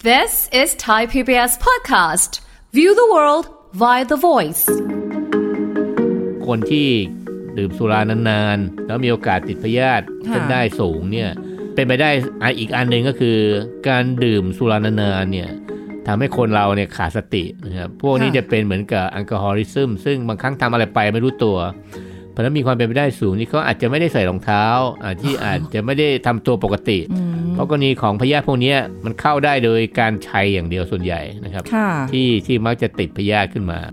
This is Thai PBS podcast. View the world via the voice. คนที่ดื่มสุรานานๆแล้วมีโอกาสติดพยาธิเส้นได้สูงเนี่ยเป็นไปได้อีกอันนึงก็คือการดื่มสุรานานๆเนี่ยทำให้คนเราเนี่ยขาดสตินะครับพวกนี้จะเป็นเหมือนกับแอลกอฮอลิซึมซึ่งบางครั้งทำอะไรไปไม่รู้ตัวเพราะนั้นมีความเป็นไปได้สูงที่เขาอาจจะไม่ได้ใส่รองเท้าที่อาจจะไม่ได้ทำตัวปกติเพราะกรณีของพยาธิพวกนี้มันเข้าได้โดยการชัยอย่างเดียวส่วนใหญ่นะครับที่มักจะติดพยาธิขึ้นมา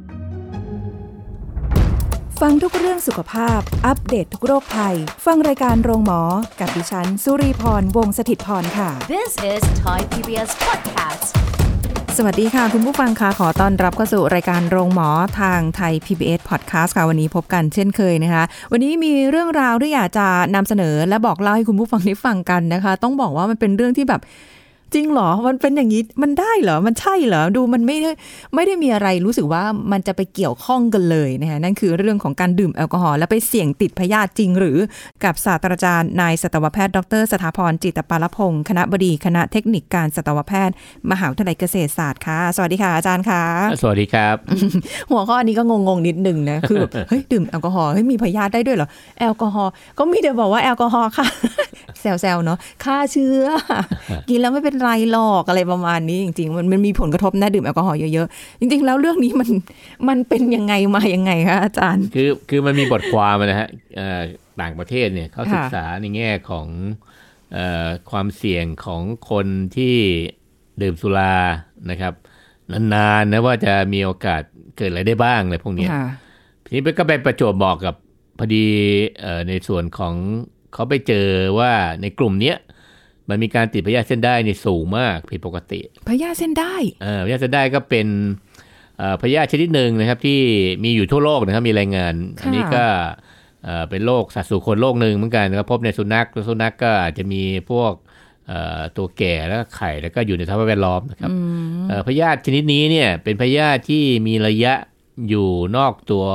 ฟังทุกเรื่องสุขภาพอัปเดต ทุกโรคภัยฟังรายการโรงหมอกับดิฉันสุรีพรวงศ์สถิตย์พรค่ะ This is Thai PBS podcast. สวัสดีค่ะคุณผู้ฟังค่ะขอต้อนรับเข้าสู่รายการโรงหมอทางไทย PBS Podcast ค่ะวันนี้พบกันเช่นเคยนะคะวันนี้มีเรื่องราวที่อยากจะนำเสนอและบอกเล่าให้คุณผู้ฟังได้ฟังกันนะคะต้องบอกว่ามันเป็นเรื่องที่แบบจริงเหรอมันเป็นอย่างนี้มันได้เหรอมันใช่เหรอดูมันไม่ได้มีอะไรรู้สึกว่ามันจะไปเกี่ยวข้องกันเลยนะคะนั่นคือเรื่องของการดื่มแอลกอฮอล์และไปเสี่ยงติดพยาธิจริงหรือกับศาสตราจารย์นายสัตวแพทย์ดร.สถาพรจิตปาลพงศ์คณบดีคณะเทคนิคการสัตวแพทย์มหาวิทยาลัยเกษตรศาสตร์ค่ะสวัสดีค่ะอาจารย์ค่ะสวัสดีครับหัวข้อนี้ก็งงๆนิดนึงนะคือเฮ้ยดื่มแอลกอฮอล์เฮ้ยมีพยาธิได้ด้วยเหรอแอลกอฮอล์ก็มีแต่บอกว่าแอลกอฮอล์ค่ะแซวๆเนาะฆ่าเชื้อกินแล้วไม่เป็นไรหรอกอะไรประมาณนี้จริงๆมันมีผลกระทบนะดื่มแอลกอฮอล์เยอะๆจริงๆแล้วเรื่องนี้มันเป็นยังไงมายังไงคะอาจารย์คือมันมีบทความนะฮะต่างประเทศเนี่ยเขาศึกษาในแง่ของความเสี่ยงของคนที่ดื่มสุรานะครับนานๆนะว่าจะมีโอกาสเกิดอะไรได้บ้างอะไรพวกนี้ทีนี้ก็ไปประจวบบอกกับพอดีในส่วนของเขาไปเจอว่าในกลุ่มเนี้ยมันมีการติดพยาธิเส้นได้ในสูงมากผิดปกติพยาธิเส้นได้พยาธิเส้นได้ก็เป็นพยาธิชนิดหนึ่งนะครับที่มีอยู่ทั่วโลกนะครับมีรายงานอันนี้ก็เป็นโรคสัตว์สู่คนโรคหนึ่งเหมือนกันนะครับพบในสุนัขก็อาจจะมีพวกตัวแก่แล้วก็ไข่แล้วก็อยู่ในสภาพแวดล้อมนะครับพยาธิชนิดนี้เนี่ยเป็นพยาธิที่มีระยะอยู่นอกตัว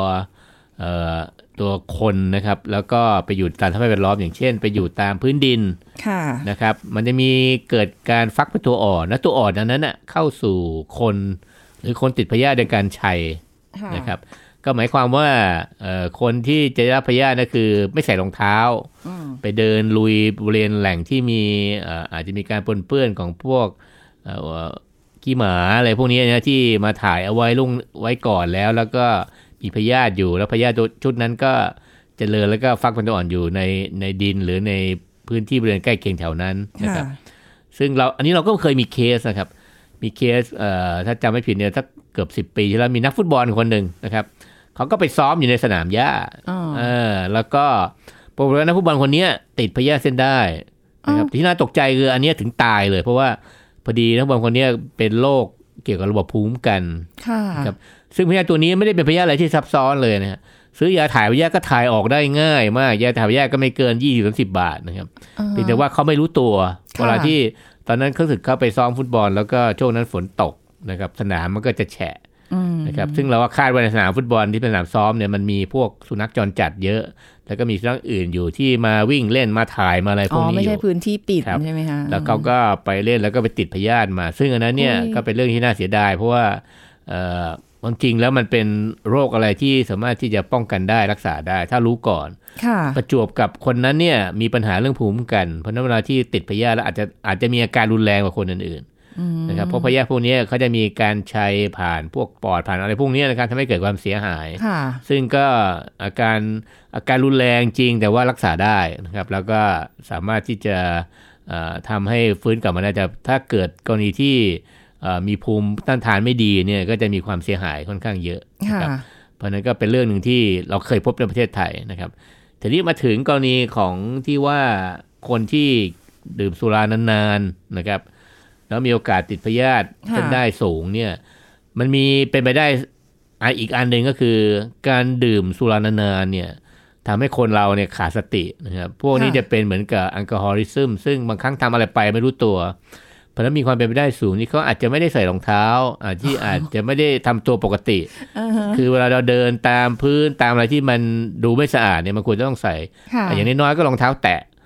คนนะครับแล้วก็ไปอยู่ตามสภาพแวดล้อมอย่างเช่นไปอยู่ตามพื้นดินนะครับมันจะมีเกิดการฟักเป็นตัวอ่อนและตัวอ่อนนั้นน่ะเข้าสู่คนหรือคนติดพยาธิโดยการชัยนะครับก็หมายความว่าคนที่จะได้รับพยาธินั่นคือไม่ใส่รองเท้าไปเดินลุยบริเวณแหล่งที่มีอาจจะมีการปนเปื้อนของพวกขี้หมาอะไรพวกนี้นะที่มาถ่ายเอาไว้ก่อนแล้วก็มีพยาธิอยู่แล้วพยาธิชุดนั้นก็เจริญแล้วก็ฟักเป็นตัวอ่อนอยู่ในดินหรือในพื้นที่บริเวณใกล้เคียงแถวนั้นนะครับซึ่งอันนี้เราก็เคยมีเคสนะครับมีเคสถ้าจำไม่ผิดเนี่ยสักเกือบ10 ปีที่แล้วมีนักฟุตบอลคนหนึ่งนะครับเขาก็ไปซ้อมอยู่ในสนามหญ้าแล้วก็ปรากฏว่านักฟุตบอลคนนี้ติดพยาธิเส้นได้นะครับที่น่าตกใจคืออันนี้ถึงตายเลยเพราะว่าพอดีนักฟุตบอลคนนี้เป็นโรคเกี่ยวกับระบบภูมิคุ้มกันครับซึ่งพยาธิตัวนี้ไม่ได้เป็นพยาธิอะไรที่ซับซ้อนเลยนะฮะซื้อยาถ่ายพยาธิก็ถ่ายออกได้ง่ายมากยาถ่ายพยาธิก็ไม่เกิน 20-30 บาทนะครับเพียงแต่ว่าเขาไม่รู้ตัวเวลาที่ตอนนั้นเขาสึกเข้าไปซ้อมฟุตบอลแล้วก็ช่วงนั้นฝนตกนะครับสนามมันก็จะแฉะนะครับซึ่งเราคาดว่าในสนามฟุตบอลที่เป็นสนามซ้อมเนี่ยมันมีพวกสุนัขจรจัดเยอะแล้วก็มีสุนัขอื่นอยู่ที่มาวิ่งเล่นมาถ่ายมาอะไรพวกนี้อยู่ไม่ใช่พื้นที่ปิดใช่ไหมคะแล้วเขาก็ไปเล่นแล้วก็ไปติดพยาธิมาซึ่งอันนั้นเนี่ยก็เป็นเรื่องที่น่าเสียดายเพราะว่าจริงแล้วมันเป็นโรคอะไรที่สามารถที่จะป้องกันได้รักษาได้ถ้ารู้ก่อนประจวบกับคนนั้นเนี่ยมีปัญหาเรื่องภูมิคุ้มกันเพราะนั้นเวลาที่ติดพยาธิแล้วอาจจะมีอาการรุนแรงกว่าคนอื่นๆนะครับเพราะพยาธิพวกนี้เขาจะมีการชัยผ่านพวกปอดผ่านอะไรพวกนี้นะครับทำให้เกิดความเสียหายซึ่งก็อาการรุนแรงจริงแต่ว่ารักษาได้นะครับแล้วก็สามารถที่จะทำให้ฟื้นกลับมาได้แต่ถ้าเกิดกรณีที่มีภูมิต้านทานไม่ดีเนี่ยก็จะมีความเสียหายค่อนข้างเยอะนะครับเพราะนั้นก็เป็นเรื่องหนึ่งที่เราเคยพบในประเทศไทยนะครับทีนี้มาถึงกรณีของที่ว่าคนที่ดื่มสุรานานๆนะครับแล้วมีโอกาสติดพยาธิเส้นได้สูงเนี่ยมันมีเป็นไปได้อีกอันนึงก็คือการดื่มสุรานานๆเนี่ยทำให้คนเราเนี่ยขาดสตินะครับพวกนี้จะเป็นเหมือนกับแอลกอฮอลิซึมซึ่งบางครั้งทำอะไรไปไม่รู้ตัวเพราะนั้นมีความเป็นไปได้สูงที่เขาอาจจะไม่ได้ใส่รองเท้าที่อาจจะไม่ได้ทำตัวปกติคือเวลาเราเดินตามพื้นตามอะไรที่มันดูไม่สะอาดเนี่ยมันควรจะต้องใส่อย่างน้อยๆก็รองเท้าแตะ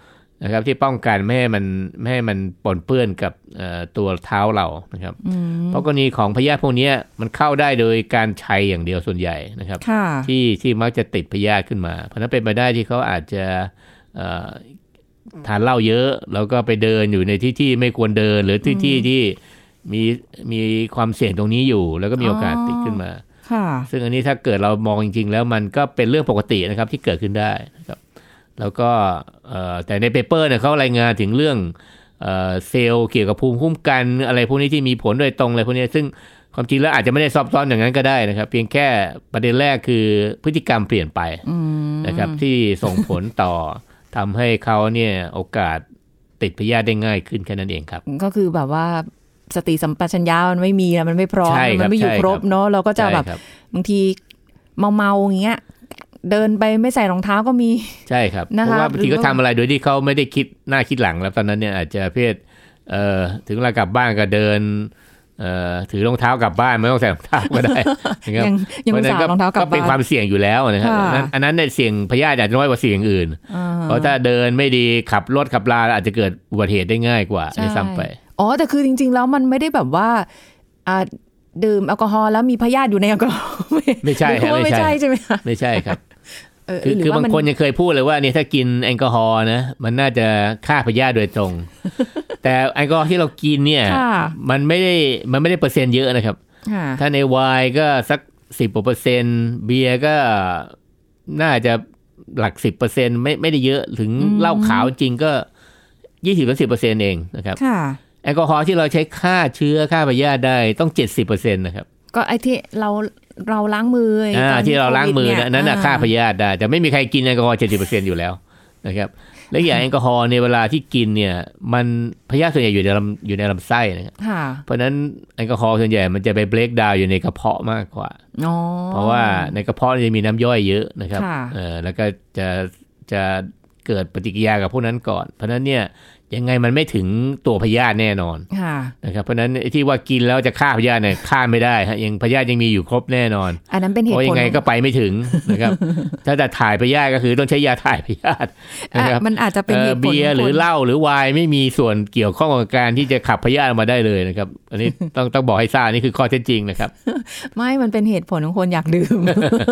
นะครับที่ป้องกันไม่ให้มันปนเปื้อนกับตัวเท้าเรานะครับเพราะกรณีของพยาธิพวกนี้มันเข้าได้โดยการชัยอย่างเดียวส่วนใหญ่นะครับที่มักจะติดพยาธิขึ้นมาเพราะนั้นเป็นไปได้ที่เขาอาจจะทานเหล้าเยอะแล้วก็ไปเดินอยู่ในที่ไม่ควรเดินหรือที่มีความเสี่ยงตรงนี้อยู่แล้วก็มีโอกาสติดขึ้นมาซึ่งอันนี้ถ้าเกิดเรามองจริงๆแล้วมันก็เป็นเรื่องปกตินะครับที่เกิดขึ้นได้นะครับแล้วก็แต่ในเปเปอร์เนี่ยเขารายงานถึงเรื่องเซลล์เกี่ยวกับภูมิคุ้มกันอะไรพวกนี้ที่มีผลโดยตรงอะไรพวกนี้ซึ่งความจริงแล้วอาจจะไม่ได้ซับซ้อนอย่างนั้นก็ได้นะครับเพียงแค่ประเด็นแรกคือพฤติกรรมเปลี่ยนไปนะครับที่ส่งผลต่อทำให้เขาเนี่ยโอกาสติดพยาธิได้ง่ายขึ้นแค่นั้นเองครับก็คือแบบว่าสติสัมปชัญญะมันไม่มีมันไม่พร้อมมันไม่อยู่ครบเนาะเราก็จะแบบบางทีเมาอย่างเงี้ยเดินไปไม่ใส่รองเท้าก็มีใช่ครับเพราะว่าบางทีก็ทำอะไรโดยที่เขาไม่ได้คิดหน้าคิดหลังแล้วตอนนั้นเนี่ยอาจจะเพศถึงเวลากลับบ้านก็เดินถือรองเท้ากลับบ้านไม่ต้องใส่รองเท้าก็ได้นะครับยังใส่รองเท้ากลับบ้านก็เป็นความเสี่ยงอยู่แล้วนะครับอันนั้นเนี่ยเสี่ยงพยาธิอาจจะน้อยกว่าเสี่ยงอื่นเพราะถ้าเดินไม่ดีขับรถขับลาอาจจะเกิดอุบัติเหตุได้ง่ายกว่าในซ้ำไปแต่คือจริงๆแล้วมันไม่ได้แบบว่าดื่มแอลกอฮอล์แล้วมีพยาธิอยู่ในแอลกอฮอล์ไม่ใช่ไม่ใช่ใช่ไหมคะไม่ใช่ครับคือบางคนยังเคยพูดเลยว่าเนี่ยถ้ากินแอลกอฮอล์นะมันน่าจะฆ่าพยาธิโดยตรงแต่แอลกอฮอล์ที่เรากินเนี่ยมันไม่ได้เปอร์เซ็นต์เยอะนะครับถ้าในไวน์ก็สัก 10% เบียร์ก็น่าจะหลัก 10% ไม่ได้เยอะถึงเหล้าขาวจริงก็ 20-10% เองนะครับแอลกอฮอล์ที่เราใช้ฆ่าเชื้อฆ่าพยาธิได้ต้อง 70% นะครับก็ไอ้ที่เราล้างมือที่เราล้างมือนั้นฆ่าพยาธิได้แต่ไม่มีใครกินแอลกอฮอล์ 70% อยู่แล้วนะครับและอย่างแอลกอฮอล์ในเวลาที่กินเนี่ยมันพยาธิส่วนใหญ่อยู่ในลำไส้นะครับเพราะนั้นแอลกอฮอล์ส่วนใหญ่มันจะไปเบรกดาวน์อยู่ในกระเพาะมากกว่าเพราะว่าในกระเพาะจะมีน้ำย่อยเยอะนะครับแล้วก็จะเกิดปฏิกิริยากับพวกนั้นก่อนเพราะนั้นเนี่ยยังไงมันไม่ถึงตัวพยาธิแน่นอนนะครับเพราะนั้นที่ว่ากินแล้วจะฆ่าพยาธิเนี่ยฆ่าไม่ได้ฮะยังพยาธิยังมีอยู่ครบแน่นอนอันนั้นเป็นเหตุผลเพราะยังไงก็ไปไม่ถึงนะครับถ้าจะถ่ายพยาธิก็คือต้องใช้ยาถ่ายพยาธินะครับมันอาจจะเป็นเหตุผลเบียร์หรือเหล้าหรือไวน์ไม่มีส่วนเกี่ยวข้องกับการที่จะขับพยาธิออกมาได้เลยนะครับอันนี้ต้องบอกให้ทราบนี่คือข้อเท็จจริงนะครับไม่มันเป็นเหตุผลของคนอยากดื่ม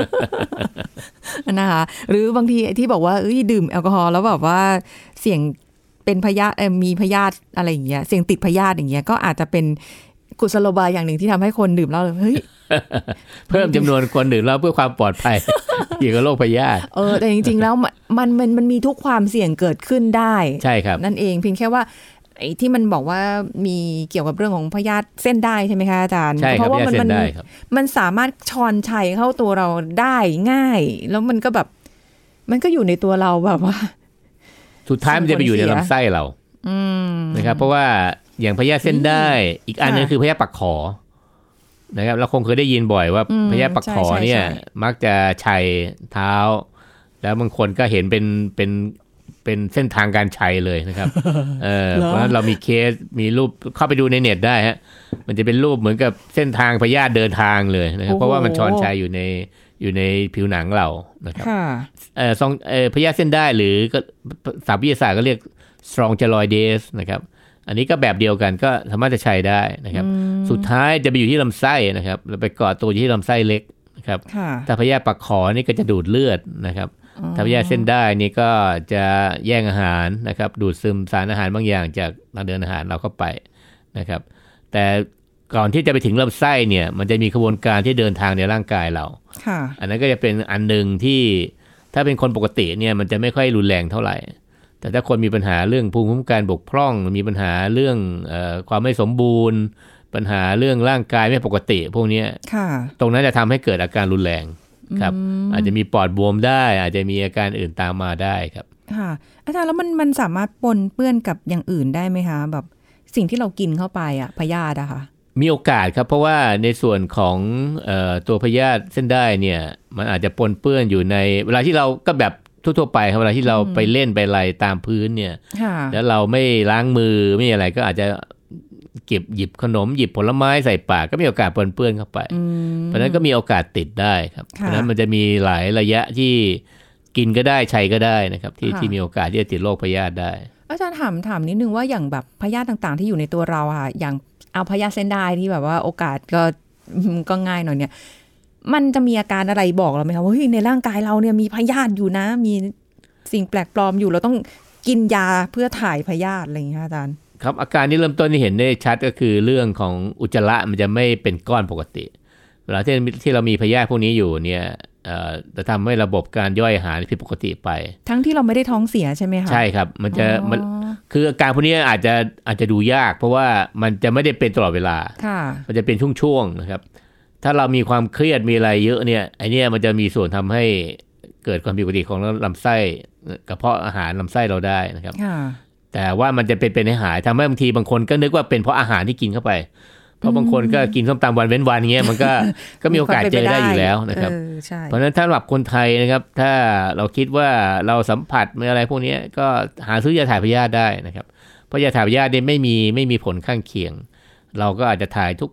นะคะหรือบางทีที่บอกว่าดื่มแอลกอฮอล์แล้วแบบว่าเสี่ยงเป็นพยาธิมีพยาธิอะไรอย่างเงี้ยเสี่ยงติดพยาธิอย่างเงี้ยก็อาจจะเป็นกุศโลบายอย่างหนึ่งที่ทำให้คนดื่มเหล้าเฮ้ยเพิ่มจำนวนคนดื่มเหล้าเพื่อความปลอดภัยเกี่ยวกับโรคพยาธิแต่จริงๆแล้วมันมีทุกความเสี่ยงเกิดขึ้นได้ใช่ครับนั่นเองเพียงแค่ว่าไอ้ที่มันบอกว่ามีเกี่ยวกับเรื่องของพยาธิเส้นได้ใช่ไหมคะอาจารย์เพราะว่ามันสามารถชอนชัยเข้าตัวเราได้ง่ายแล้วมันก็แบบมันก็อยู่ในตัวเราแบบว่าสุดท้ายมันจะไปอยู่ในลำไส้เรานะครับเพราะว่าอย่างพยาธิเส้นได้อีกอันนึงคือพยาธิปักขอนะครับเราคงเคยได้ยินบ่อยว่าพยาธิปักขอเนี่ยมักจะชัยเท้าแล้วบางคนก็เห็นเป็นเส้นทางการชัยเลยนะครับเพราะฉะนั้นเรามีเคสมีรูปเข้าไปดูในเน็ตได้ฮะมันจะเป็นรูปเหมือนกับเส้นทางพยาธิเดินทางเลยนะครับเพราะว่ามันชอนชัยอยู่ในผิวหนังเรานะครับพยาธิเส้นได้หรือศัพท์วิทยาศาสตร์ก็เรียก strongyloides นะครับอันนี้ก็แบบเดียวกันก็สามารถจะใช้ได้นะครับสุดท้ายจะไปอยู่ที่ลำไส้นะครับแล้วไปเกาะตัวอยู่ที่ลำไส้เล็กนะครับถ้าพยาธิปักขอนี่ก็จะดูดเลือดนะครับถ้าพยาธิเส้นได้นี่ก็จะแย่งอาหารนะครับดูดซึมสารอาหารบางอย่างจากทางเดินอาหารเราเข้าไปนะครับแต่ก่อนที่จะไปถึงลำไส้เนี่ยมันจะมีกระบวนการที่เดินทางในร่างกายเราอันนั้นก็จะเป็นอันนึงที่ถ้าเป็นคนปกติเนี่ยมันจะไม่ค่อยรุนแรงเท่าไหร่แต่ถ้าคนมีปัญหาเรื่องภูมิคุ้มกันบกพร่องมีปัญหาเรื่องความไม่สมบูรณ์ปัญหาเรื่องร่างกายไม่ปกติพวกนี้ตรงนั้นจะทำให้เกิดอาการรุนแรงครับอาจจะมีปอดบวมได้อาจจะมีอาการอื่นตามมาได้ครับค่ะอาจารย์แล้วมันสามารถปนเปื้อนกับอย่างอื่นได้ไหมคะแบบสิ่งที่เรากินเข้าไปพยาธิอะค่ะมีโอกาสครับเพราะว่าในส่วนของตัวพยาธิเส้นได้เนี่ยมันอาจจะปนเปื้อนอยู่ในเวลาที่เราก็แบบทั่วๆไปครับเวลาที่เราไปเล่นไปอะไรตามพื้นเนี่ยแล้วเราไม่ล้างมือไม่อะไรก็อาจจะหยิบขนมหยิบผลไม้ใส่ปากก็มีโอกาสปนเปื้อนเข้าไปเพราะนั้นก็มีโอกาสติดได้ครับเพราะนั้นมันจะมีหลายระยะที่กินก็ได้ใช้ก็ได้นะครับที่มีโอกาสที่จะติดโรคพยาธิได้อาจารย์ถามนิดนึงว่าอย่างแบบพยาธิต่างๆที่อยู่ในตัวเราอะอย่างเอาพยาธิเส้นได้ที่แบบว่าโอกาสก็ง่ายหน่อยเนี่ยมันจะมีอาการอะไรบอกเราไหมคะว่าเฮ้ยในร่างกายเราเนี่ยมีพยาธิอยู่นะมีสิ่งแปลกปลอมอยู่เราต้องกินยาเพื่อถ่ายพยาธิอะไรอย่างเงี้ยอาจารย์ครับอาการที่เริ่มต้นที่เห็นได้ชัดก็คือเรื่องของอุจจาระมันจะไม่เป็นก้อนปกติเวลาที่เรามีพยาธิพวกนี้อยู่เนี่ยจะทำให้ระบบการย่อยอาหารผิดปกติไปทั้งที่เราไม่ได้ท้องเสียใช่ไหมคะใช่ครับมันคืออาการพวกนี้อาจจะดูยากเพราะว่ามันจะไม่ได้เป็นตลอดเวลามันจะเป็นช่วงๆนะครับถ้าเรามีความเครียดมีอะไรเยอะเนี่ยไอเนี้ยมันจะมีส่วนทำให้เกิดความผิดปกติของลำไส้กระเพาะอาหารลำไส้เราได้นะครับแต่ว่ามันจะเป็นให้หายทำให้บางทีบางคนก็นึกว่าเป็นเพราะอาหารที่กินเข้าไปเพราะบางคนก็กินส้มตำวันเว้นวันเงี้ยมันก็มีโอกาสเจอได้อยู่แล้วนะครับเพราะฉะนั้นถ้าสำหรับคนไทยนะครับถ้าเราคิดว่าเราสัมผัสอะไรพวกนี้ก็หาซื้อยาถ่ายพยาธิได้นะครับเพราะยาถ่ายพยาธิเนี่ยไม่มีผลข้างเคียงเราก็อาจจะถ่ายทุก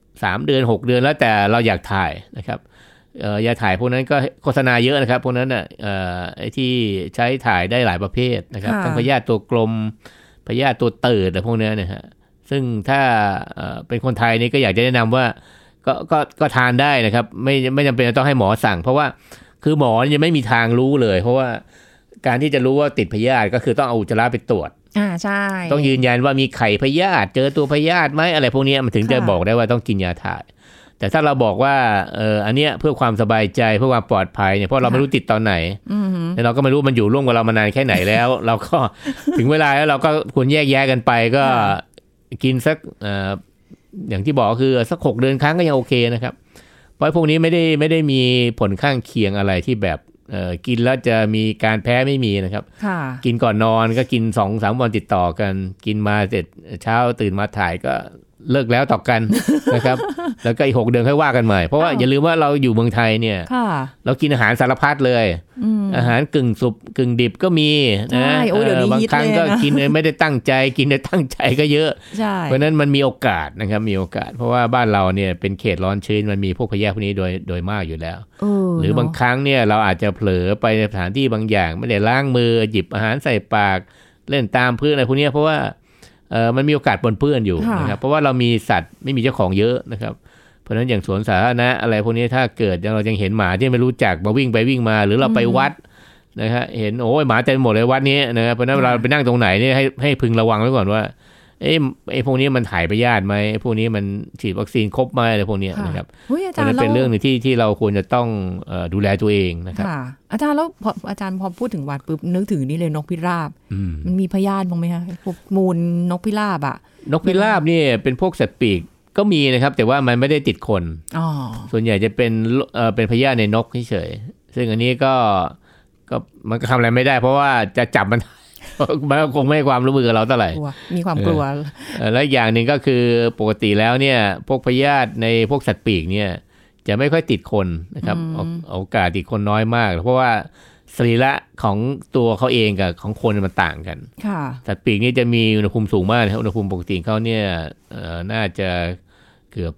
3 เดือน6 เดือนแล้วแต่เราอยากถ่ายนะครับยาถ่ายพวกนั้นก็โฆษณาเยอะนะครับพวกนั้นน่ะไอ้ที่ใช้ถ่ายได้หลายประเภทนะครับทั้งพยาธิตัวกลมพยาธิตัวเติร์ดอะไรพวกนี้นะฮะซึ่งถ้าเป็นคนไทยนี่ก็อยากจะแนะนำว่าก็ทานได้นะครับไม่จำเป็นต้องให้หมอสั่งเพราะว่าคือหมอยังไม่มีทางรู้เลยเพราะว่าการที่จะรู้ว่าติดพยาธิก็คือต้องเอาอุจจาระไปตรวจใช่ต้องยืนยันว่ามีไข่พยาธิเจอตัวพยาธิไหมอะไรพวกนี้มันถึงจะบอกได้ว่าต้องกินยาถ่ายแต่ถ้าเราบอกว่าอันเนี้ยเพื่อความสบายใจเพื่อความปลอดภัยเนี่ยเพราะเราไม่รู้ติดตอนไหนแล้วเราก็ไม่รู้มันอยู่ร่วมกับเรามานานแค่ไหนแล้วเราก็ถึงเวลาแล้วเราก็ควรแยกแยะกันไปก็กินสักอย่างที่บอกคือสัก6 เดือนครั้งก็ยังโอเคนะครับเพราะพวกนี้ไม่ได้มีผลข้างเคียงอะไรที่แบบกินแล้วจะมีการแพ้ไม่มีนะครับกินก่อนนอนก็กิน 2-3 วันติดต่อกันกินมาเสร็จเช้าตื่นมาถ่ายก็เลิกแล้วต่อกันนะครับแล้วก็อีก6 เดือนค่อยว่ากันใหม่เพราะว่าอย่าลืมว่าเราอยู่เมืองไทยเนี่ยเรากินอาหารสารพัดเลยอาหารกึ่งสุกกึ่งดิบก็มีนะบางครั้งก็กินไม่ได้ตั้งใจกินได้ตั้งใจก็เยอะเพราะนั้นมันมีโอกาสนะครับมีโอกาสเพราะว่าบ้านเราเนี่ยเป็นเขตร้อนชื้นมันมีพวกพยาธิพวกนี้โดยมากอยู่แล้วหรือบางครั้งเนี่ยเราอาจจะเผลอไปในสถานที่บางอย่างไม่ได้ล้างมือหยิบอาหารใส่ปากเล่นตามพื้นอะไรพวกนี้เพราะว่ามันมีโอกาสปนเปื้อนอยู่นะครับเพราะว่าเรามีสัตว์ไม่มีเจ้าของเยอะนะครับเพราะฉะนั้นอย่างสวนสาธารณะอะไรพวกนี้ถ้าเกิดเรายังเห็นหมาที่ไม่รู้จักมาวิ่งไปวิ่งมาหรือเราไปวัดนะครับเห็นโอ้ยหมาเต็มหมดเลยวัดนี้นะครับเพราะฉะนั้นเราไปนั่งตรงไหนนี่ให้พึงระวังไว้ก่อนว่าไอ้พวกนี้มันถ่ายพยาธิไหมไอ้พวกนี้มันฉีดวัคซีนครบไหมอะไรพวกนี้นะครับเพราะนั้นเป็นเรื่องนึงที่เราควรจะต้องดูแลตัวเองนะครับอาจารย์แล้วอาจารย์พอพูดถึงหวัดปุ๊บนึกถึงนี่เลยนกพิราบมันมีพยาธิบ้างไหมคะพวกมูลนกพิราบอะนกพิราบนี่เป็นพวกสัตว์ปีกก็มีนะครับแต่ว่ามันไม่ได้ติดคนส่วนใหญ่จะเป็นพยาธิในนกเฉยๆซึ่งอันนี้ก็มันก็ทำอะไรไม่ได้เพราะว่าจะจับมันคงไม่ให้ความร่วมมือกับเราเท่าไหร่มีความกลัวและอย่างหนึ่งก็คือปกติแล้วเนี่ยพวกพยาธิในพวกสัตว์ปีกเนี่ยจะไม่ค่อยติดคนนะครับโอกาสติดคนน้อยมากเพราะว่าสรีระของตัวเขาเองกับของคนมันต่างกันสัตว์ปีกนี่จะมีอุณหภูมิสูงมากอุณหภูมิปกติเขาเนี่ยน่าจะเกือบ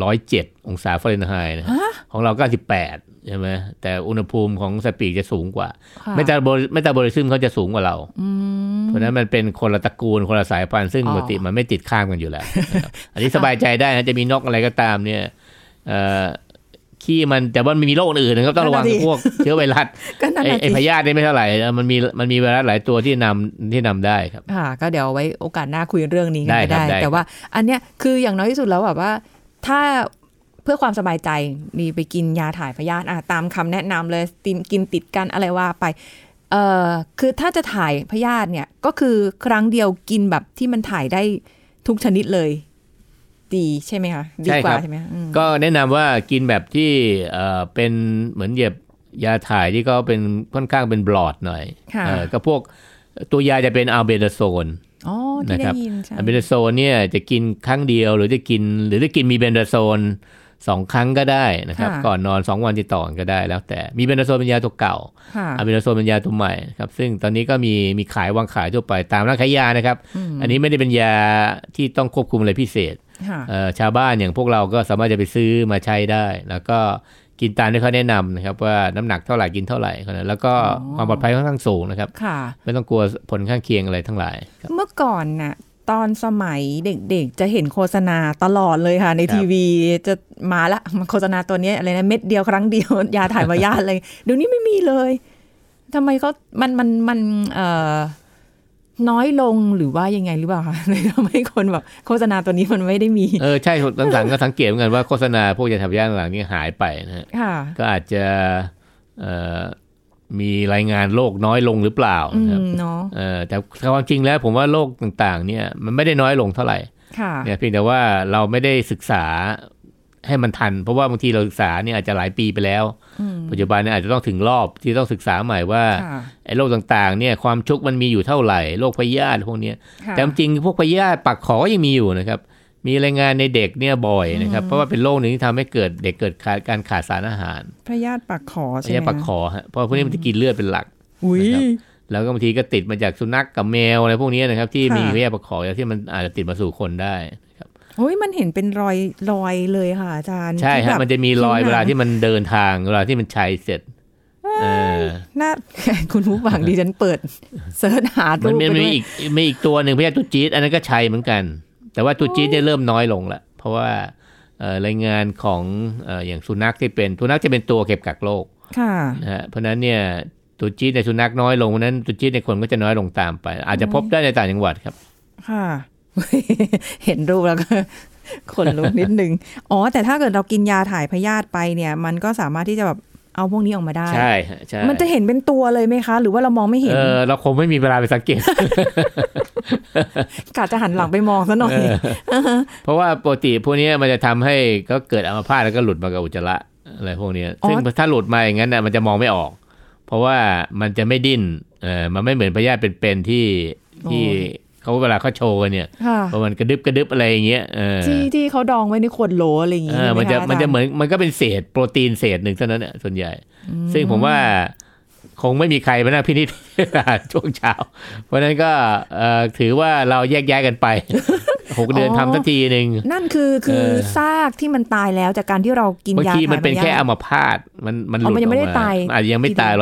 107 องศาฟาเรนไฮต์นะของเรา98ใช่ไหมแต่อุณหภูมิของสัตว์ปีกจะสูงกว่าเมตาบอลิซึมเขาจะสูงกว่าเราเพราะนั้นมันเป็นคนละตระกูลคนละสายพันธุ์ซึ่งปกติมันไม่ติดข้ามกันอยู่แล้ว อันนี้สบายใจได้นะจะมีนกอะไรก็ตามเนี่ยขี้มันแต่ว่ามันมีโรคอื่นนะครับต้องระวังพวกเชื้อไวรัสไอ้พยาธินี่ไม่เท่าไหร่มันมีไวรัสหลายตัวที่นำได้ครับก็เดี๋ยวไว้โอกาสหน้าคุยเรื่องนี้กันได้แต่ว่าอันเนี้ยคืออย่างน้อยที่สุดแล้วแบบว่าถ้าเพื่อความสบายใจมีไปกินยาถ่ายพยาธิตามคำแนะนำเลยกินติดกันอะไรว่าไปคือถ้าจะถ่ายพยาธิเนี่ยก็คือครั้งเดียวกินแบบที่มันถ่ายได้ทุกชนิดเลยดีใช่ไหมคะดีกว่าใช่ไหมก็แนะนำว่ากินแบบที่เป็นเหมือนเหยียบยาถ่ายที่ก็เป็นค่อนข้างเป็นบลอดหน่อยก็พวกตัวยาจะเป็นอัลเบนโซนนะครับอัลเบนโซนเนี่ยจะกินครั้งเดียวหรือจะกินมีเบนโซน2 ครั้งก็ได้นะครับก่อนนอน2 วันติดต่อกันก็ได้แล้วแต่มีเบนโซนเป็นยาตัวเก่าอัลเบนโซนเป็นยาตัวใวครับซึ่งตอนนี้ก็มีวางขายทั่วไปตามร้านขายยานะครับอันนี้ไม่ได้เป็นยาที่ต้องควบคุมอะไรพิเศษชาวบ้านอย่างพวกเราก็สามารถจะไปซื้อมาใช้ได้แล้วก็กินตามที่เขาแนะนำนะครับว่าน้ำหนักเท่าไหร่กินเท่าไหร่แล้วก็ความปลอดภัยค่อนข้างสูงนะครับไม่ต้องกลัวผลข้างเคียงอะไรทั้งหลายเมื่อก่อนน่ะตอนสมัยเด็กๆจะเห็นโฆษณาตลอดเลยค่ะในทีวีจะมาละโฆษณาตัวนี้อะไรนะเม็ดเดียวครั้งเดียวยาถ่ายพยาธิอะไรเดี๋ยวนี้ไม่มีเลยทำไมเขามันน้อยลงหรือว่ายังไงหรือเปล่าคะเลยทำให้คนแบบโฆษณาตัวนี้มันไม่ได้มีใช่หลังๆก็สังเกตเหมือนกันว่าโฆษณาพวกยาถ่ายพยาธิหลังนี้หายไปนะฮะก็อาจจะมีรายงานโรคน้อยลงหรือเปล่านะครับแต่ความจริงแล้วผมว่าโรคต่างๆเนี่ยมันไม่ได้น้อยลงเท่าไหร่เนี่ยเพียงแต่ว่าเราไม่ได้ศึกษาให้มันทันเพราะว่าบางทีเราศึกษาเนี่ยอาจจะหลายปีไปแล้วปัจจุบันเนี่ยอาจจะต้องถึงรอบที่ต้องศึกษาใหม่ว่าไอ้โรคต่างๆเนี่ยความชุกมันมีอยู่เท่าไหร่โรคพยาธิพวกนี้แต่จริงพวกพยาธิปากขอก็ยังมีอยู่นะครับมีรายงานในเด็กเนี่ยบ่อยนะครับเพราะว่าเป็นโรคหนึ่งที่ทำให้เกิดเด็กเกิดการขาดสารอาหารพยาธิปากขอใช่ไหมพยาธิปากขอฮะเพราะพวกนี้มันจะกินเลือดเป็นหลักนะครับแล้วก็บางทีก็ติดมาจากสุนัขกับแมวอะไรพวกนี้นะครับที่มีพยาธิปากขอที่มันอาจจะติดมาสู่คนได้ครับโอ้ยมันเห็นเป็นรอยเลยค่ะอาจารย์ใช่ฮะมันจะมีรอยเวลาที่มันเดินทางเวลาที่มันชัยเสร็จน่าคุณผู้ฟังดิฉันเปิดเสิร์ชหารูปไปด้วยมีอีกตัวหนึ่งพยาธิตัวจี๊ดอันนั้นก็ชัยเหมือนกันแต่ว่าตัวจี๊ดเนี่ยเริ่มน้อยลงแล้วเพราะว่ารายงานของอย่างสุนัขที่เป็นสุนัขจะเป็นตัวเก็บกักโรคนะฮะเพราะนั้นเนี่ยตัวจี๊ดในสุนัขน้อยลงเพราะนั้นตัวจี๊ดในคนก็จะน้อยลงตามไปอาจจะพบได้ในต่างจังหวัดครับค่ะเห็นรูปแล้วก็ขนลุกนิดนึงอ๋อแต่ถ้าเกิดเรากินยาถ่ายพยาธิไปเนี่ยมันก็สามารถที่จะแบบเอาพวกนี้ออกมาได้ใช่ใช่มันจะเห็นเป็นตัวเลยไหมคะหรือว่าเรามองไม่เห็นเราคงไม่มีเวลาไปสังเกตกะจะหันหลังไปมองซะหน่อยเพราะว่าปกติพวกนี้มันจะทำให้ก็เกิดอัมพาตแล้วก็หลุดมากับอุจจาระอะไรพวกนี้ซึ่งถ้าหลุดมาอย่างนั้นน่ะมันจะมองไม่ออกเพราะว่ามันจะไม่ดิ้นมันไม่เหมือนพยาธิเป็นๆที่เขาเวลาเขาโชว์กันเนี่ยเพราะมันกระดึบอะไรอย่างเงี้ยที่เขาดองไว้ในขวดโหลอะไรอย่างเงี้ยมันจะเหมือนมันก็เป็นเศษโปรตีนเศษหนึ่งเท่านั้นแหละส่วนใหญ่ซึ่งผมว่าคงไม่มีใครมานั่งพินิจช่วงเช้าเพราะนั้นก็ถือว่าเราแยกย้ายกันไป6 เดือนทำสักทีนึงนั่นคือซากที่มันตายแล้วจากการที่เรากินยาบางทีมันเป็นแค่อัมพาตมันหลุดออกมาอาจจะยังไม่ตาย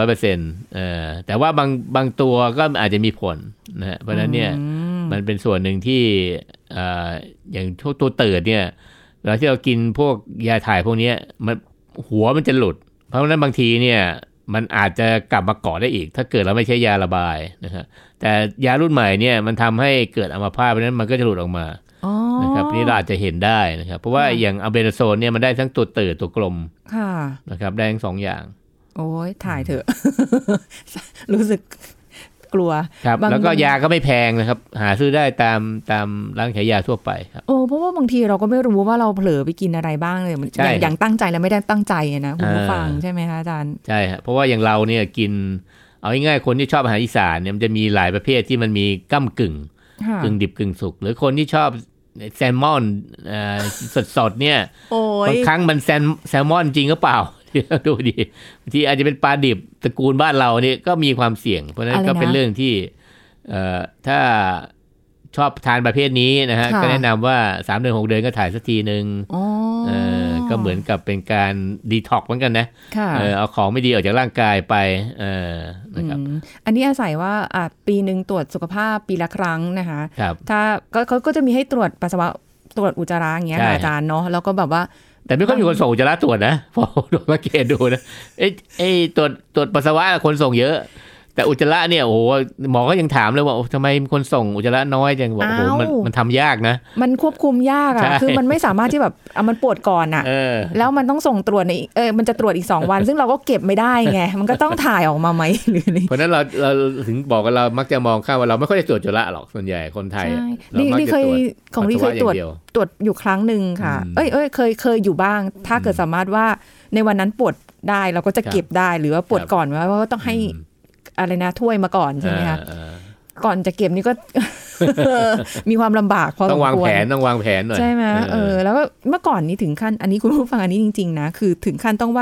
100% แต่ว่าบางตัวก็อาจจะมีผลนะฮะเพราะนั้นเนี่ยมันเป็นส่วนหนึ่งที่อย่างตัวเติร์ดเนี่ยเวลาที่เรากินพวกยาถ่ายพวกนี้มันหัวมันจะหลุดเพราะฉะนั้นบางทีเนี่ยมันอาจจะกลับมาเกาะได้อีกถ้าเกิดเราไม่ใช้ยาระบายนะฮะแต่ยารุ่นใหม่เนี่ยมันทำให้เกิดอัมพาตเพราะฉะนั้นมันก็จะหลุดออกมานะครับนี่เราอาจจะเห็นได้นะครับเพราะว่าอย่างอัลเบนโซนเนี่ยมันได้ทั้งตัวเติร์ดตัวกลมนะครับได้ทั้ง2อย่างโอ้ยถ่ายเถอะ รู้สึกกลัวครับแล้วก็ยาก็ไม่แพงนะครับหาซื้อได้ตามร้านขายยาทั่วไปครับเพราะว่าบางทีเราก็ไม่รู้ว่าเราเผลอไปกินอะไรบ้างเลยอย่างตั้งใจแล้วไม่ได้ตั้งใจนะคุณผู้ฟังใช่ไหมคะอาจารย์ใช่ครับเพราะว่าอย่างเราเนี่ยกินเอาง่ายๆคนที่ชอบอาหารอีสานเนี่ยมันจะมีหลายประเภทที่มันมีก้ำกึ่งดิบกึ่งสุกหรือคนที่ชอบแซลมอนสดๆเนี่ยบางครั้งมันแซลมอนจริงหรือเปล่าดูดิบางทีอาจจะเป็นปลาดิบตระกูลบ้านเราเนี่ยก็มีความเสี่ยงเพราะนั้นก็เป็นเรื่องที่ถ้าชอบทานประเภทนี้นะฮะก็แนะนำว่า3 เดือน 6 เดือนก็ถ่ายสักทีนึงก็เหมือนกับเป็นการดีท็อกซ์เหมือนกันนะเอาของไม่ดีออกจากร่างกายไปนะครับอันนี้อาศัยว่าปีนึงตรวจสุขภาพปีละครั้งนะคะถ้าเขาก็จะมีให้ตรวจปัสสาวะตรวจอุจจาระอย่างเงี้ยอาจารย์เนาะแล้วก็แบบว่าแต่ไม่ค่อยมีคนส่งอุจจาระตรวจนะพอดูสังเกตดูนะตรวจปัสสาวะคนส่งเยอะแต่อุจจาระเนี่ยโอ้โหหมอก็ยังถามเลยว่าทำไมคนส่งอุจจาระน้อยจังบอกโอ้โหมันทำยากนะมันควบคุมยากคือมันไม่สามารถที่แบบมันปวดก่อนแล้วมันต้องส่งตรวจในมันจะตรวจอีก2 วันซึ่งเราก็เก็บไม่ได้ไงมันก็ต้องถ่ายออกมาไหมหรือเพราะนั้นเราถึงบอกกันเรามักจะมองข้ามว่าเราไม่ค่อยได้ตรวจอุจจาระหรอกส่วนใหญ่คนไทยนี่เคยของนี่เคยตรวจอยู่ครั้งนึงค่ะเคยอยู่บ้างถ้าเกิดสามารถว่าในวันนั้นปวดได้เราก็จะเก็บได้หรือว่าปวดก่อนว่าก็ต้องให้อะไรนะถ้วยมาก่อนใช่ไหมคะก่อนจะเก็บนี่ก็ มีความลำบากพอสมควรต้องวางแผนหน่อยใช่ไหมแล้วก็เมื่อก่อนนี้ถึงขั้นอันนี้คุณผู้ฟังอันนี้จริงๆนะคือถึงขั้นต้องว่า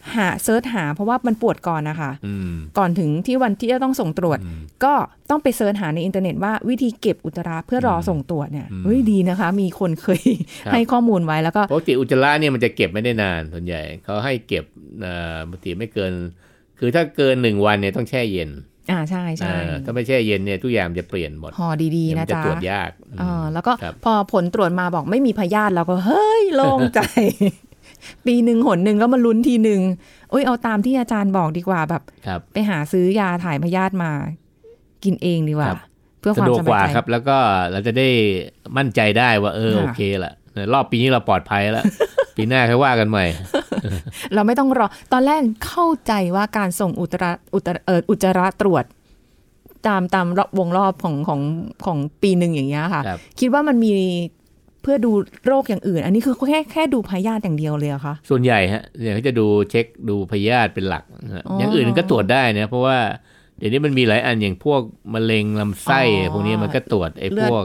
เซิร์ชหาเพราะว่ามันปวดก่อนนะคะก่อนถึงที่วันที่จะต้องส่งตรวจก็ต้องไปเซิร์ชหาในอินเทอร์เน็ตว่าวิธีเก็บอุจจาระเพื่อรอส่งตรวจเนี่ยเฮ้ยดีนะคะมีคนเคยให้ข้อมูลไว้แล้วก็ปกติอุจจาระเนี่ยมันจะเก็บไม่ได้นานส่วนใหญ่เขาให้เก็บบางทีไม่เกินคือถ้าเกิน1วันเนี่ยต้องแช่เย็นใช่ใช่ถ้าไม่แช่เย็นเนี่ยทุกอย่างจะเปลี่ยนหมดห่อดีๆนะจ๊ะจะตรวจยากแล้วก็พอผลตรวจมาบอกไม่มีพยาธิเราก็เฮ้ยโล่งใจ ปีนึงหนนึงก็มาลุ้นทีนึงเอาตามที่อาจารย์บอกดีกว่าแบบไปหาซื้อยาถ่ายพยาธิมากินเองดีกว่าเพื่อความสบายใจครับแล้วก็เราจะได้มั่นใจได้ว่าโอเคละรอบปีนี้เราปลอดภัยแล้ว ปีหน้าค่อยว่ากันใหม่เราไม่ต้องรอตอนแรกเข้าใจว่าการส่งอุจจาระตรวจตามวงรอบของปีนึงอย่างเงี้ยค่ะคิดว่ามันมีเพื่อดูโรคอย่างอื่นอันนี้คือแค่ดูพยาธิอย่างเดียวเลยเหรอคะส่วนใหญ่ฮะเขาจะดูเช็คดูพยาธิเป็นหลักอย่างอื่นก็ตรวจได้นะเพราะว่าเดี๋ยวนี้มันมีหลายอันอย่างพวกมะเร็งลำไส้พวกนี้มันก็ตรวจพวก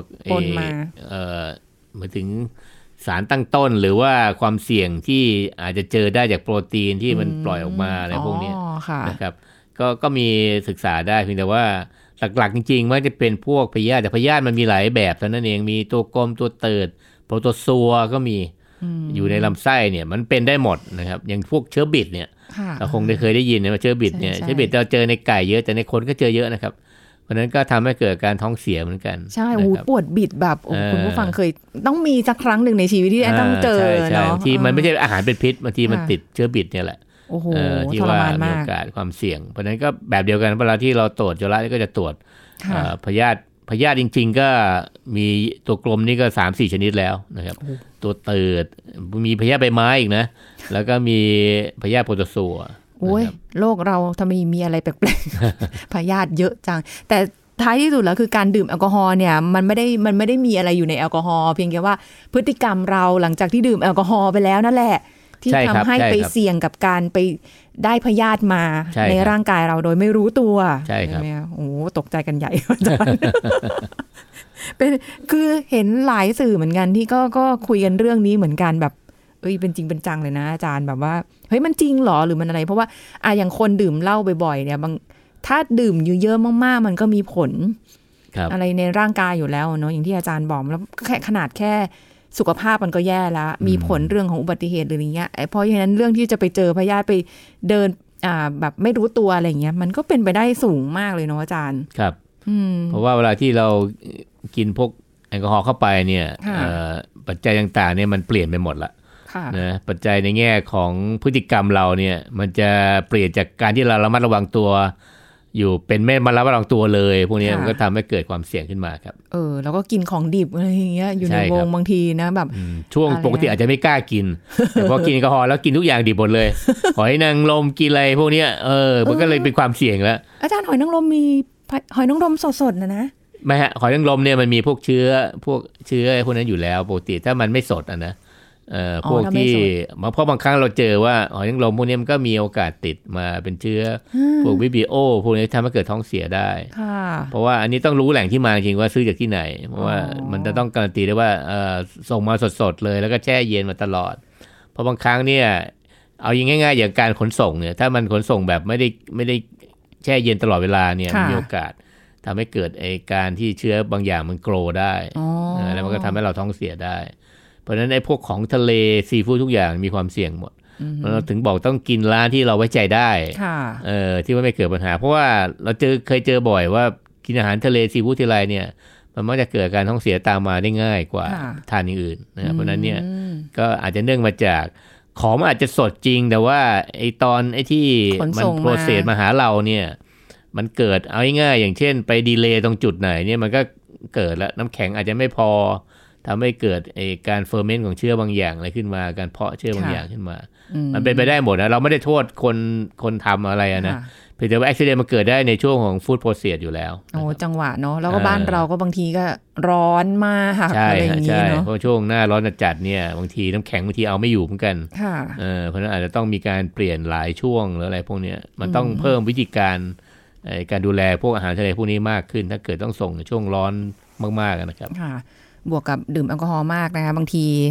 มาถึงสารตั้งต้นหรือว่าความเสี่ยงที่อาจจะเจอได้จากโปรตีนที่มันปล่อยออกมาอะไรพวกนี้นะครับก็มีศึกษาได้เพียงแต่ว่าหลักๆจริงๆมันจะเป็นพวกพยาธิแต่พยาธิมันมีหลายแบบเท่านั้นเองมีตัวกลมตัวเติดโปรโตซัวก็มีอยู่ในลำไส้เนี่ยมันเป็นได้หมดนะครับอย่างพวกเชื้อบิดเนี่ยเราคงได้เคยได้ยินนะว่าเชื้อบิดเนี่ยเชื้อบิดเราเจอในไก่เยอะแต่ในคนก็เจอเยอะนะครับเพราะนั้นก็ทำให้เกิดการท้องเสียเหมือนกันใช่ปวดบิดแบบคุณผู้ฟังเคยต้องมีสักครั้งหนึ่งในชีวิตที่ต้องเจอเนาะที่มันไม่ใช่อาหารเป็นพิษบางทีมันติดเชื้อบิดเนี่ยแหละที่ว่ามีโอกาสความเสี่ยงเพราะนั้นก็แบบเดียวกันเวลาที่เราตรวจจุลก็จะตรวจพยาธิจริงๆก็มีตัวกลมนี่ก็ 3-4 ชนิดแล้วนะครับตัวเติดมีพยาธิใบไม้อีกนะแล้วก็มีพยาธิโปรโตซัวโอ้ยโลกเราทำไมมีอะไรแปลกๆ พยาธิเยอะจังแต่ท้ายที่สุดแล้วคือการดื่มแอลกอฮอล์เนี่ยมันไม่ได้มีอะไรอยู่ในแอลกอฮอล์เพียงแค่ว่าพฤติกรรมเราหลังจากที่ดื่มแอลกอฮอล์ไปแล้วนั่นแหละที่ทำให้ไปเสี่ยงกับการไปได้พยาธิมาในร่างกายเราโดยไม่รู้ตัวใช่ครับโอ้ตกใจกันใหญ่อาจารย์เป็นคือเห็นหลายสื่อเหมือนกันที่ก็คุยกันเรื่องนี้เหมือนกันแบบเป็นจริงเป็นจังเลยนะอาจารย์แบบว่าเฮ้ยมันจริงหรอหรือมันอะไรเพราะว่าอย่างคนดื่มเหล้าบ่อยๆเนี่ยบางถ้าดื่มเยอะๆมากๆมันก็มีผลอะไรในร่างกายอยู่แล้วเนาะอย่างที่อาจารย์บอกแล้วขนาดแค่สุขภาพมันก็แย่แล้วมีผลเรื่องของอุบัติเหตุหรืออย่างเงี้ยเพราะฉะนั้นเรื่องที่จะไปเจอพยาธิไปเดินแบบไม่รู้ตัวอะไรเงี้ยมันก็เป็นไปได้สูงมากเลยเนาะอาจารย์ครับเพราะว่าเวลาที่เรากินพวกแอลกอฮอล์เข้าไปเนี่ยปัจจัยต่างๆเนี่ยมันเปลี่ยนไปหมดละนะปัจจัยในแง่ของพฤติกรรมเราเนี่ยมันจะเปลี่ยนจากการที่เราระมัดระวังตัวอยู่เป็นไม่มาระมัดระวังตัวเลยพวกนี้มันก็ทำให้เกิดความเสี่ยงขึ้นมาครับแล้วก็กินของดิบอะไรอย่างเงี้ยอยู่ในวงบางทีนะแบบช่วงปกติอาจจะไม่กล้ากินแต่พอกินแอลกอฮอล์แล้วกินทุกอย่างดิบหมดเลยหอยนางรมกินอะไรพวกนี้มันก็เลยเป็นความเสี่ยงแล้วอาจารย์หอยนางรมมีหอยนางรมสดๆนะไม่ฮะหอยนางรมเนี่ยมันมีพวกเชื้อพวกนั้นอยู่แล้วปกติถ้ามันไม่สดนะพวกที่เพราะบางครั้งเราเจอว่าหอยนางรมพวกนี้มันก็มีโอกาสติดมาเป็นเชื้อพวกวิบิโอพวกนี้ทำให้เกิดท้องเสียได้เพราะว่าอันนี้ต้องรู้แหล่งที่มาจริงว่าซื้อจากที่ไหนเพราะว่ามันจะต้องการันตีได้ว่าส่งมาสดๆเลยแล้วก็แช่เย็นมาตลอดเพราะบางครั้งเนี่ยเอาอย่างง่ายๆอย่างการขนส่งเนี่ยถ้ามันขนส่งแบบไม่ได้แช่เย็นตลอดเวลาเนี่ยมีโอกาสทำให้เกิดการที่เชื้อบางอย่างมันโกรได้แล้วมันก็ทำให้เราท้องเสียได้เพราะฉะนั้นไอ้พวกของทะเลซีฟู้ดทุกอย่างมีความเสี่ยงหมดเราถึงบอกต้องกินร้านที่เราไว้ใจได้ที่ว่าไม่เกิดปัญหาเพราะว่าเราเคยเจอบ่อยว่ากินอาหารทะเลซีฟู้ดทีไรเนี่ยมันมักจะเกิดการท้องเสียตามมาได้ง่ายกว่าทานอย่างอื่นนะเพราะนั้นเนี่ยก็อาจจะเนื่องมาจากของมันอาจจะสดจริงแต่ว่าไอ้ที่มันโปรเซสมาหาเราเนี่ยมันเกิดเอาง่ายๆอย่างเช่นไปดีเลย์ตรงจุดไหนเนี่ยมันก็เกิดแล้วน้ำแข็งอาจจะไม่พอทำให้เกิดการเฟอร์เมนต์ของเชื้อบางอย่างอะไรขึ้นมาการเพาะเชื้อบางอย่างขึ้นมามันเป็นไปได้หมดนะเราไม่ได้โทษคนทำอะไรนะเพียงแต่ว่าอุบัติเหตุมันเกิดได้ในช่วงของฟู้ดโปรเซสอยู่แล้วจังหวะเนาะแล้วก็บ้านเราก็บางทีก็ร้อนมากอะไรอย่างนี้เนาะเพราะช่วงหน้าร้อนจัดเนี่ยบางทีน้ำแข็งบางทีเอาไม่อยู่เหมือนกันเพราะฉะนั้นอาจจะต้องมีการเปลี่ยนหลายช่วงหรืออะไรพวกนี้มันต้องเพิ่มวิธีการดูแลพวกอาหารทะเลพวกนี้มากขึ้นถ้าเกิดต้องส่งในช่วงร้อนมากๆนะครับบวกกับดื่มแอลกอฮอล์มากนะคะบางที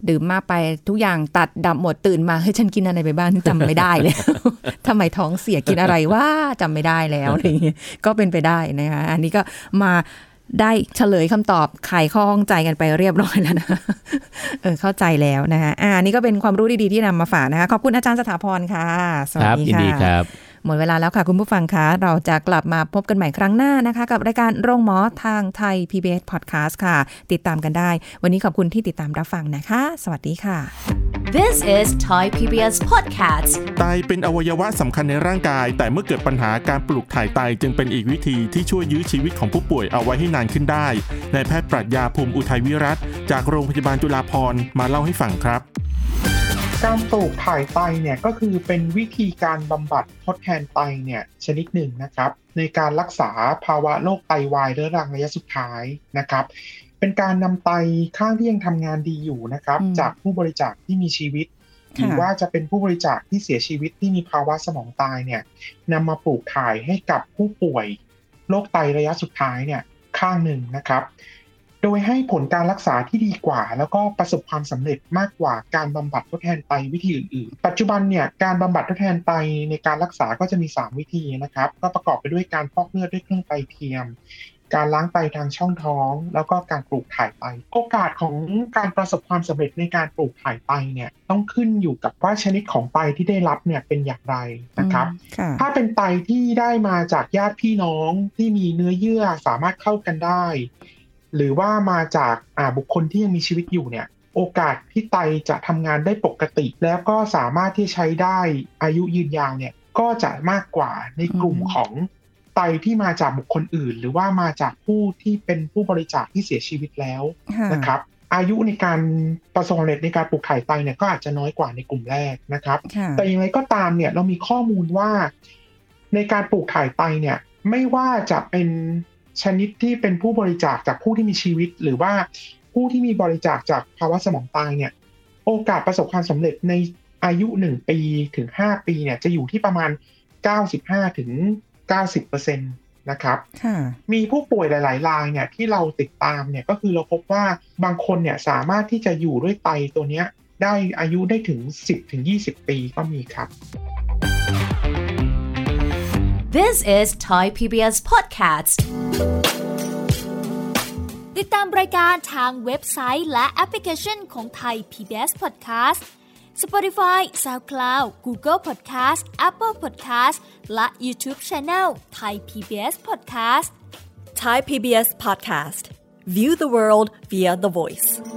ดื่มมากไปทุกอย่างตัดดับหมดตื่นมาเฮ้ยฉันกินอะไรไปบ้างจำไม่ได้เลยทำไมท้องเสียกินอะไรว่าจำไม่ได้แล้วอะไรอย่างเงี้ยก็เป็นไปได้นะคะอันนี้ก็มาได้เฉลยคำตอบไขข้อข้องใจกันไปเรียบร้อยแล้วนะเข้าใจแล้วนะคะนี่ก็เป็นความรู้ดีๆที่นำมาฝากนะคะขอบคุณอาจารย์สถาพรค่ะสวัสดีค่ะยินดีครับหมดเวลาแล้วค่ะคุณผู้ฟังคะเราจะกลับมาพบกันใหม่ครั้งหน้านะคะกับรายการโรงหมอทางไทย PBS Podcast ค่ะติดตามกันได้วันนี้ขอบคุณที่ติดตามรับฟังนะคะสวัสดีค่ะ This is Thai PBS Podcast ไตเป็นอวัยวะสำคัญในร่างกายแต่เมื่อเกิดปัญหาการปลูกถ่ายไตจึงเป็นอีกวิธีที่ช่วยยื้อชีวิตของผู้ป่วยเอาไว้ให้นานขึ้นได้นายแพทย์ปรัชญาภูมิอุทัยวิรัตน์จากโรงพยาบาลจุฬาภรณ์มาเล่าให้ฟังครับการปลูกถ่ายไตเนี่ยก็คือเป็นวิธีการบำบัดทดแทนไตเนี่ยชนิดหนึ่งนะครับในการรักษาภาวะโรคไตวายเรื้อรังระยะสุดท้ายนะครับเป็นการนำไตข้างที่ยังทำงานดีอยู่นะครับจากผู้บริจาคที่มีชีวิตหรือว่าจะเป็นผู้บริจาคที่เสียชีวิตที่มีภาวะสมองตายเนี่ยนำมาปลูกถ่ายให้กับผู้ป่วยโรคไตระยะสุดท้ายเนี่ยข้างหนึ่งนะครับโดยให้ผลการรักษาที่ดีกว่าแล้วก็ประสบความสำเร็จมากกว่าการบำบัดทดแทนไตวิธีอื่นๆปัจจุบันเนี่ยการบำบัดทดแทนไตในการรักษาก็จะมี3วิธีนะครับก็ประกอบไปด้วยการฟอกเลือดด้วยเครื่องไตเทียมการล้างไตทางช่องท้องแล้วก็การปลูกถ่ายไตโอกาสของการประสบความสำเร็จในการปลูกถ่ายไตเนี่ยต้องขึ้นอยู่กับว่าชนิดของไตที่ได้รับเนี่ยเป็นอย่างไรนะครับถ้าเป็นไตที่ได้มาจากญาติพี่น้องที่มีเนื้อเยื่อสามารถเข้ากันได้หรือว่ามาจากบุคคลที่ยังมีชีวิตอยู่เนี่ยโอกาสที่ไตจะทำงานได้ปกติแล้วก็สามารถที่ใช้ได้อายุยืนยาวเนี่ยก็จะมากกว่าในกลุ่มของไตที่มาจากบุคคลอื่นหรือว่ามาจากผู้ที่เป็นผู้บริจาคที่เสียชีวิตแล้วนะครับอายุในการประสบความสำเร็จในการปลูกถ่ายไตเนี่ยก็อาจจะน้อยกว่าในกลุ่มแรกนะครับแต่อย่างไรก็ตามเนี่ยเรามีข้อมูลว่าในการปลูกถ่ายไตเนี่ยไม่ว่าจะเป็นชนิดที่เป็นผู้บริจาคจากผู้ที่มีชีวิตหรือว่าผู้ที่มีบริจาคจากภาวะสมองตายเนี่ยโอกาสประสบความสำเร็จในอายุ1ปีถึง5ปีเนี่ยจะอยู่ที่ประมาณ 95 ถึง 90% นะครับมีผู้ป่วยหลายๆรายเนี่ยที่เราติดตามเนี่ยก็คือเราพบว่าบางคนเนี่ยสามารถที่จะอยู่ด้วยไตตัวเนี้ยได้อายุได้ถึง 10 ถึง 20 ปีก็มีครับ This is Thai PBS Podcast ติดตามรายการทางเว็บไซต์และแอปพลิเคชันของ Thai PBS Podcast Spotify, SoundCloud, Google Podcast, Apple Podcast และ YouTube Channel Thai PBS Podcast Thai PBS Podcast View the world via the voice